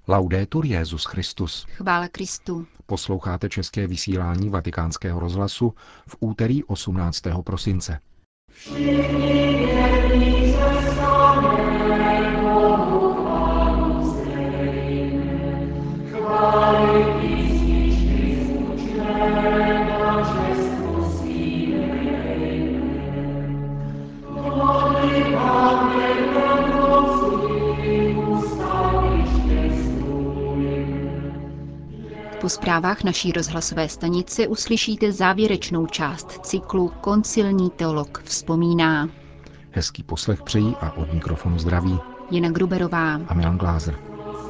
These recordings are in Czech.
Laudetur Jesus Christus. Chvála Kristu. Posloucháte české vysílání Vatikánského rozhlasu v úterý 18. prosince. Po zprávách naší rozhlasové stanice uslyšíte závěrečnou část cyklu Koncilní teolog vzpomíná. Hezký poslech přejí a od mikrofonu zdraví Jana Gruberová a Milan Glázer.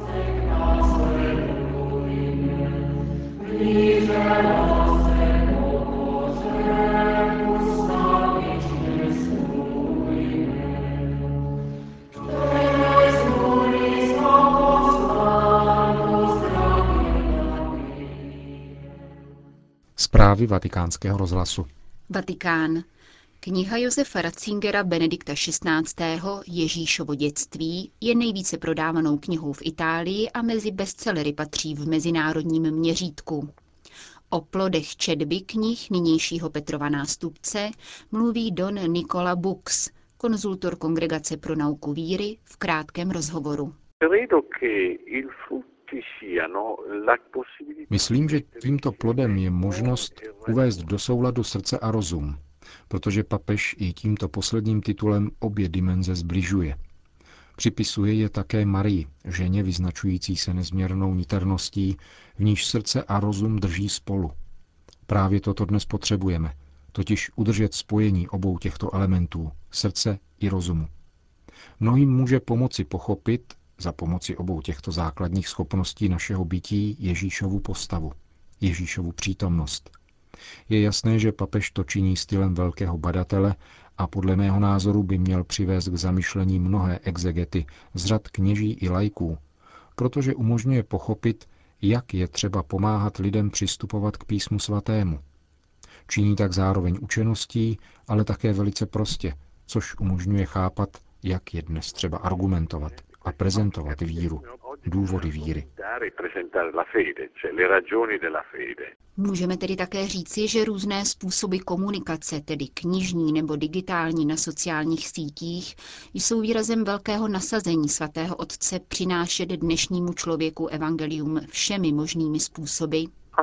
Zprávy Vatikánského rozhlasu. Vatikán. Kniha Josefa Ratzingera Benedikta XVI. Ježíšovo dětství je nejvíce prodávanou knihou v Itálii a mezi bestsellery patří v mezinárodním měřítku. O plodech četby knih nynějšího Petrova nástupce mluví don Nicola Bux, konzultor Kongregace pro nauku víry, v krátkém rozhovoru. Myslím, že tímto plodem je možnost uvést do souladu srdce a rozum, protože papež i tímto posledním titulem obě dimenze zbližuje. Připisuje je také Marii, ženě vyznačující se nezměrnou niterností, v níž srdce a rozum drží spolu. Právě toto dnes potřebujeme, totiž udržet spojení obou těchto elementů, srdce i rozumu. Mnohým může pomoci pochopit, za pomoci obou těchto základních schopností našeho bytí, Ježíšovu postavu, Ježíšovu přítomnost. Je jasné, že papež to činí stylem velkého badatele a podle mého názoru by měl přivést k zamyšlení mnohé exegety z řad kněží i laiků, protože umožňuje pochopit, jak je třeba pomáhat lidem přistupovat k Písmu svatému. Činí tak zároveň učeností, ale také velice prostě, což umožňuje chápat, jak je dnes třeba argumentovat a prezentovat víru, důvody víry. Můžeme tedy také říci, že různé způsoby komunikace, tedy knižní nebo digitální na sociálních sítích, jsou výrazem velkého nasazení svatého otce přinášet dnešnímu člověku evangelium všemi možnými způsoby.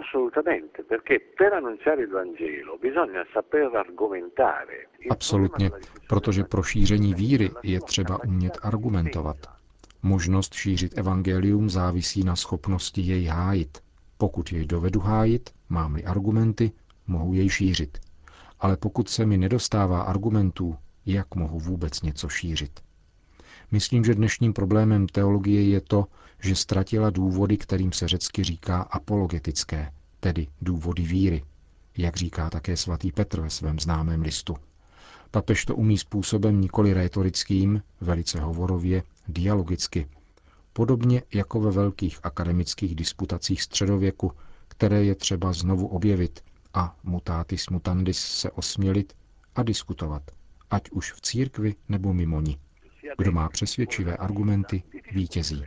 Absolutně, protože pro šíření víry je třeba umět argumentovat. Možnost šířit evangelium závisí na schopnosti jej hájit. Pokud jej dovedu hájit, mám-li argumenty, mohu jej šířit. Ale pokud se mi nedostává argumentů, jak mohu vůbec něco šířit? Myslím, že dnešním problémem teologie je to, že ztratila důvody, kterým se řecky říká apologetické, tedy důvody víry, jak říká také svatý Petr ve svém známém listu. Papež to umí způsobem nikoli rétorickým, velice hovorově, dialogicky, podobně jako ve velkých akademických disputacích středověku, které je třeba znovu objevit a mutatis mutandis se osmělit a diskutovat, ať už v církvi nebo mimo ní. Kdo má přesvědčivé argumenty, vítězí.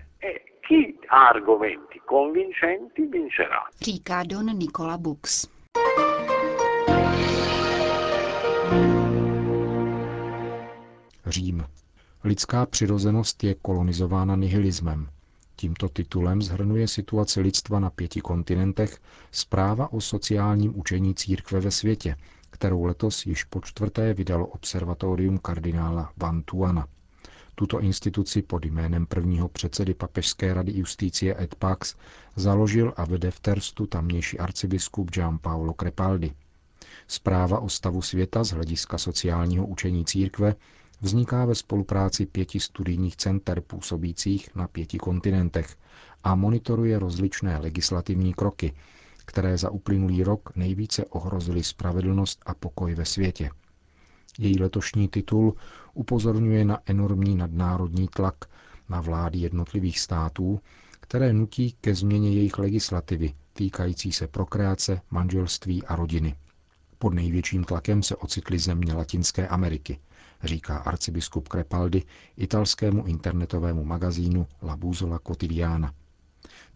Říká don Nicola Bux. Řím. Lidská přirozenost je kolonizována nihilismem. Tímto titulem shrnuje situaci lidstva na 5 kontinentech zpráva o sociálním učení církve ve světě, kterou letos již po 4. vydalo observatorium kardinála Van Tuana. Tuto instituci pod jménem prvního předsedy papežské rady Justicie et Pax založil a vede v Terstu tamnější arcibiskup Giampaolo Crepaldi. Zpráva o stavu světa z hlediska sociálního učení církve vzniká ve spolupráci 5 studijních center působících na 5 kontinentech a monitoruje rozličné legislativní kroky, které za uplynulý rok nejvíce ohrozily spravedlnost a pokoj ve světě. Její letošní titul upozorňuje na enormní nadnárodní tlak na vlády jednotlivých států, které nutí ke změně jejich legislativy týkající se prokreace, manželství a rodiny. Pod největším tlakem se ocitly země Latinské Ameriky, říká arcibiskup Crepaldi italskému internetovému magazínu La Busola Quotidiana.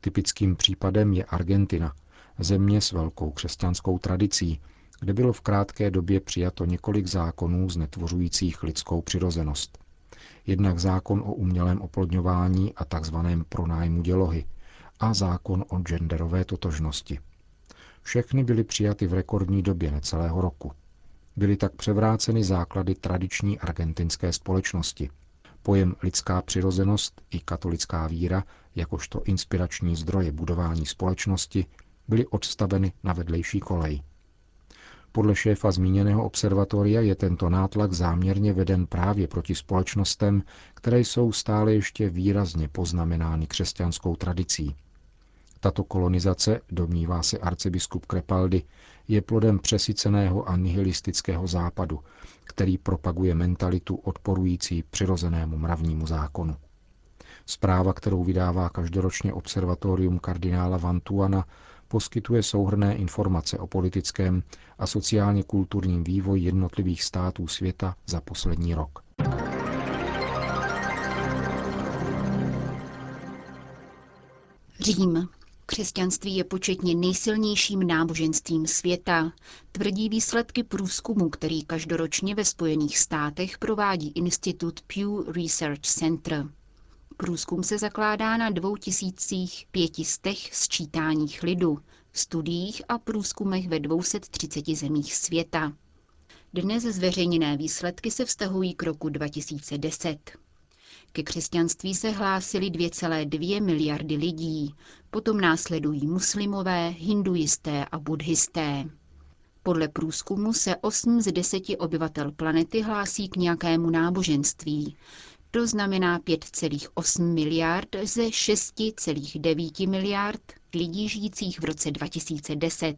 Typickým případem je Argentina, země s velkou křesťanskou tradicí, kde bylo v krátké době přijato několik zákonů znetvořujících lidskou přirozenost. Jednak zákon o umělém oplodňování a tzv. Pronájmu dělohy a zákon o genderové totožnosti. Všechny byly přijaty v rekordní době necelého roku. Byly tak převráceny základy tradiční argentinské společnosti. Pojem lidská přirozenost i katolická víra, jakožto inspirační zdroje budování společnosti, byly odstaveny na vedlejší kolej. Podle šéfa zmíněného observatoria je tento nátlak záměrně veden právě proti společnostem, které jsou stále ještě výrazně poznamenány křesťanskou tradicí. Tato kolonizace, domnívá se arcibiskup Crepaldi, je plodem přesyceného a nihilistického západu, který propaguje mentalitu odporující přirozenému mravnímu zákonu. Zpráva, kterou vydává každoročně observatorium kardinála Vantuana, poskytuje souhrnné informace o politickém a sociálně kulturním vývoji jednotlivých států světa za poslední rok. Řím. Křesťanství je početně nejsilnějším náboženstvím světa, tvrdí výsledky průzkumu, který každoročně ve Spojených státech provádí institut Pew Research Center. Průzkum se zakládá na 2500 sčítáních lidu, studiích a průzkumech ve 230 zemích světa. Dnes zveřejněné výsledky se vztahují k roku 2010. Ke křesťanství se hlásili 2,2 miliardy lidí, potom následují muslimové, hinduisté a buddhisté. Podle průzkumu se 8 z 10 obyvatel planety hlásí k nějakému náboženství. To znamená 5,8 miliard ze 6,9 miliard lidí žijících v roce 2010.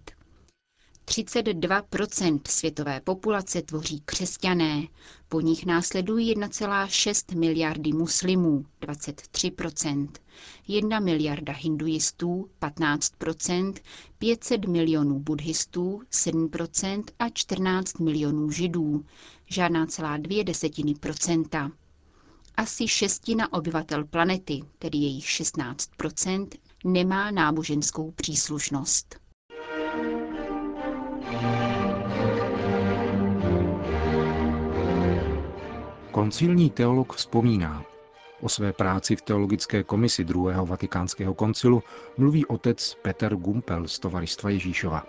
32% světové populace tvoří křesťané, po nich následují 1,6 miliardy muslimů, 23%, 1 miliarda hinduistů, 15%, 500 milionů buddhistů, 7% a 14 milionů židů, žádná celá 0,2%. Asi šestina obyvatel planety, tedy jejich 16%, nemá náboženskou příslušnost. Koncilní teolog vzpomíná. O své práci v teologické komisi druhého vatikánského koncilu mluví otec Peter Gumpel z Tovaristva Ježíšova.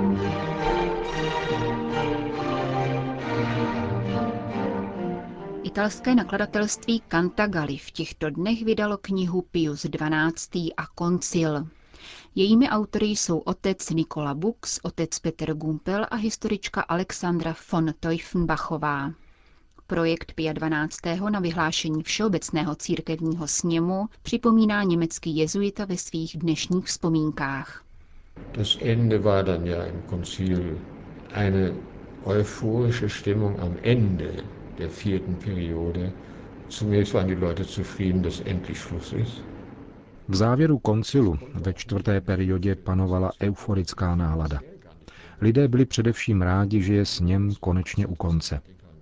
Italské nakladatelství Cantagalli v těchto dnech vydalo knihu Pius XII. A koncil. Jejími autory jsou otec Nikola Bux, otec Peter Gumpel a historička Alexandra von Teufenbachová. Projekt Pia XII. Na vyhlášení Všeobecného církevního sněmu připomíná německý jezuita ve svých dnešních vzpomínkách. Das Ende war dann ja im Konzil eine euphorische Stimmung am Ende der 4. Periode. Zunächst waren die Leute zufrieden, dass endlich Schluss ist. V závěru koncilu ve 4. periodě panovala euforická nálada. Lidé byli především rádi, že je sněm konečně u konce.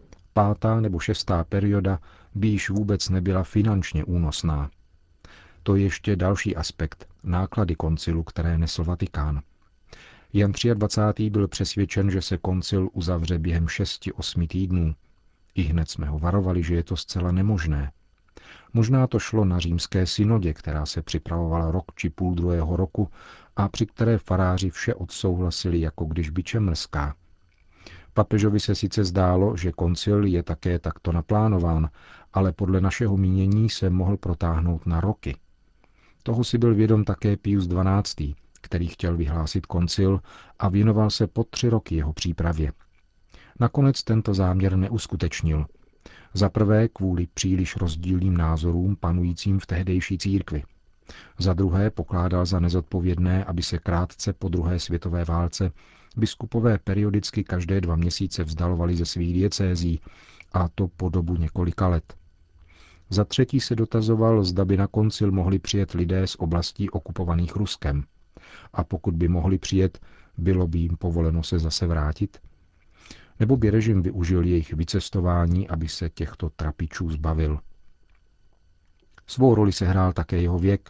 5. nebo 6. perioda by již vůbec nebyla finančně únosná. To je ještě další aspekt, náklady koncilu, které nesl Vatikán. Jan 23. byl přesvědčen, že se koncil uzavře během 6-8 týdnů. Ihned jsme ho varovali, že je to zcela nemožné. Možná to šlo na římské synodě, která se připravovala rok či půl druhého roku a při které faráři vše odsouhlasili, jako když biče mrská. Papežovi se sice zdálo, že koncil je také takto naplánován, ale podle našeho mínění se mohl protáhnout na roky. Toho si byl vědom také Pius XII., který chtěl vyhlásit koncil a věnoval se po 3 roky jeho přípravě. Nakonec tento záměr neuskutečnil. Za prvé kvůli příliš rozdílným názorům panujícím v tehdejší církvi. Za druhé pokládal za nezodpovědné, aby se krátce po druhé světové válce biskupové periodicky každé 2 měsíce vzdalovali ze svých diecézí, a to po dobu několika let. Za třetí se dotazoval, zda by na koncil mohli přijet lidé z oblastí okupovaných Ruskem. A pokud by mohli přijet, bylo by jim povoleno se zase vrátit? Nebo by režim využil jejich vycestování, aby se těchto trapičů zbavil? Svou roli sehrál také jeho věk.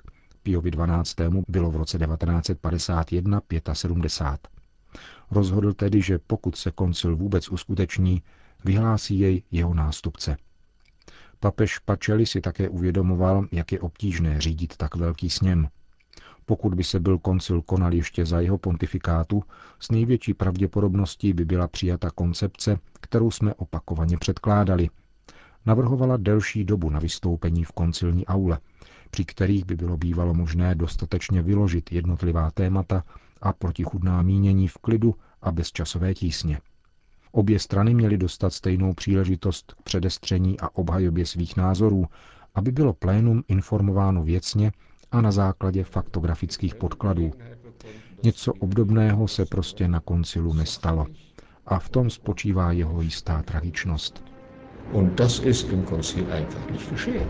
Piovi XII. Bylo v roce 1951 75. Rozhodl tedy, že pokud se koncil vůbec uskuteční, vyhlásí jej jeho nástupce. Papež Pacelli si také uvědomoval, jak je obtížné řídit tak velký sněm. Pokud by se byl koncil konal ještě za jeho pontifikátu, s největší pravděpodobností by byla přijata koncepce, kterou jsme opakovaně předkládali. Navrhovala delší dobu na vystoupení v koncilní aule, při kterých by bylo bývalo možné dostatečně vyložit jednotlivá témata a protichůdná mínění v klidu a bez časové tísně. Obě strany měly dostat stejnou příležitost k předestření a obhajobě svých názorů, aby bylo plénum informováno věcně a na základě faktografických podkladů. Něco obdobného se prostě na koncilu nestalo. A v tom spočívá jeho jistá tragičnost. Und das ist im Konzil einfach nicht geschehen.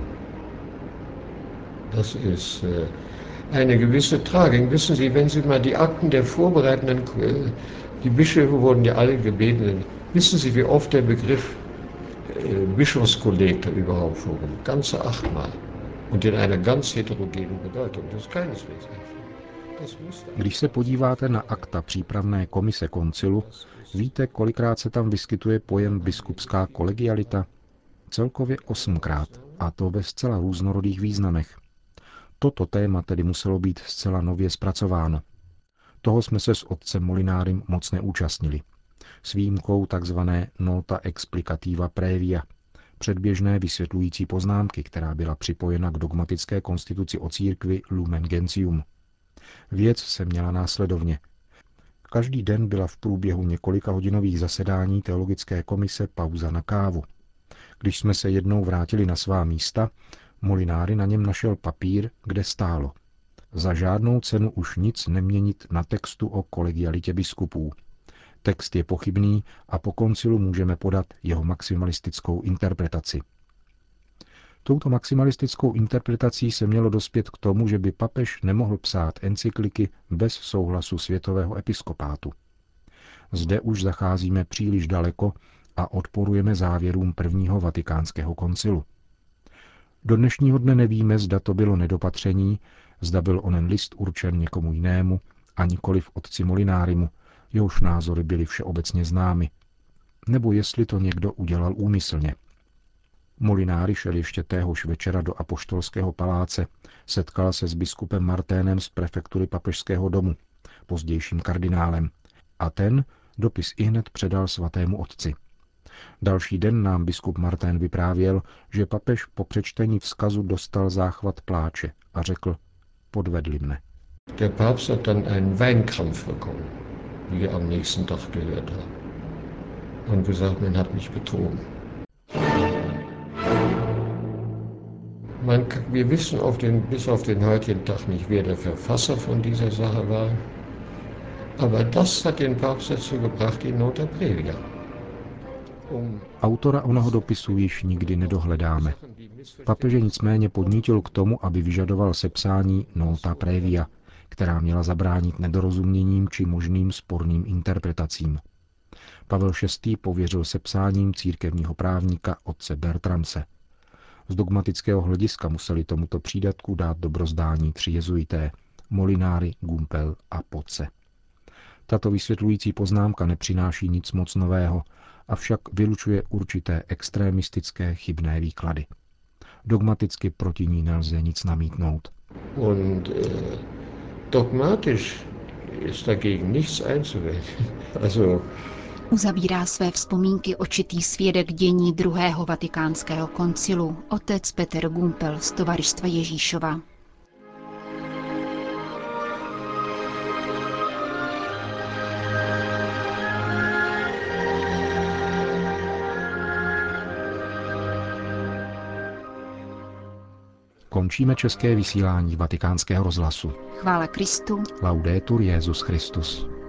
Das ist eine gewisse Tragik. Wissen Sie, wenn Sie mal die Akten der vorbereitenden, die Bischöfe wurden ja alle gebeten, wissen Sie, wie oft der Begriff Bischofskolleg überhaupt vorkommt? Ganze 8-mal. Und in einer ganz heterogenen Bedeutung. Das ist keineswegs einfach. Když se podíváte na akta přípravné komise koncilu, víte, kolikrát se tam vyskytuje pojem biskupská kolegialita? Celkově 8krát, a to ve zcela různorodých významech. Toto téma tedy muselo být zcela nově zpracováno. Toho jsme se s otcem Molinárym moc neúčastnili. S výjimkou tzv. Nota explicativa praevia, předběžné vysvětlující poznámky, která byla připojena k dogmatické konstituci o církvi Lumen Gentium. Věc se měla následovně. Každý den byla v průběhu několika hodinových zasedání teologické komise pauza na kávu. Když jsme se jednou vrátili na svá místa, Molinary na něm našel papír, kde stálo: za žádnou cenu už nic neměnit na textu o kolegialitě biskupů. Text je pochybný a po koncilu můžeme podat jeho maximalistickou interpretaci. Touto maximalistickou interpretací se mělo dospět k tomu, že by papež nemohl psát encykliky bez souhlasu světového episkopátu. Zde už zacházíme příliš daleko a odporujeme závěrům prvního vatikánského koncilu. Do dnešního dne nevíme, zda to bylo nedopatření, zda byl onen list určen někomu jinému a nikoliv otci Molinárymu, jehož názory byly všeobecně známy, nebo jestli to někdo udělal úmyslně. Molinary šel ještě téhož večera do apoštolského paláce, setkal se s biskupem Marténem z prefektury papežského domu, pozdějším kardinálem, a ten dopis ihned předal svatému otci. Další den nám biskup Martén vyprávěl, že papež po přečtení vzkazu dostal záchvat pláče a řekl: podvedli mne. Der Papst hat dann einen Weinkrampf bekommen, wie wir am nächsten Tag gehört haben. Und gesagt, man hat mich betrogen. Wir wissen bis auf den heutigen Tag nicht, wer der Verfasser von dieser Sache war. Aber das hat den Papst dazu gebracht, die Nota Praevia. Autora onoho dopisu již nikdy nedohledáme. Papeže nicméně podnítil k tomu, aby vyžadoval sepsání Nota Praevia, která měla zabránit nedorozuměním či možným sporným interpretacím. Pavel VI. Pověřil sepsáním církevního právníka otce Bertramse. Z dogmatického hlediska museli tomuto přídatku dát dobrozdání 3 jezuité, Molinary, Gumpel a Poce. Tato vysvětlující poznámka nepřináší nic moc nového, avšak vylučuje určité extrémistické chybné výklady. Dogmaticky proti ní nelze nic namítnout. Und dogmatisch ist dagegen nichts einzuwenden. Also Uzavírá své vzpomínky očitý svědek dění druhého vatikánského koncilu, otec Peter Gumpel z Tovaryštva Ježíšova. Končíme české vysílání Vatikánského rozhlasu. Chvála Kristu. Laudetur Jesus Christus.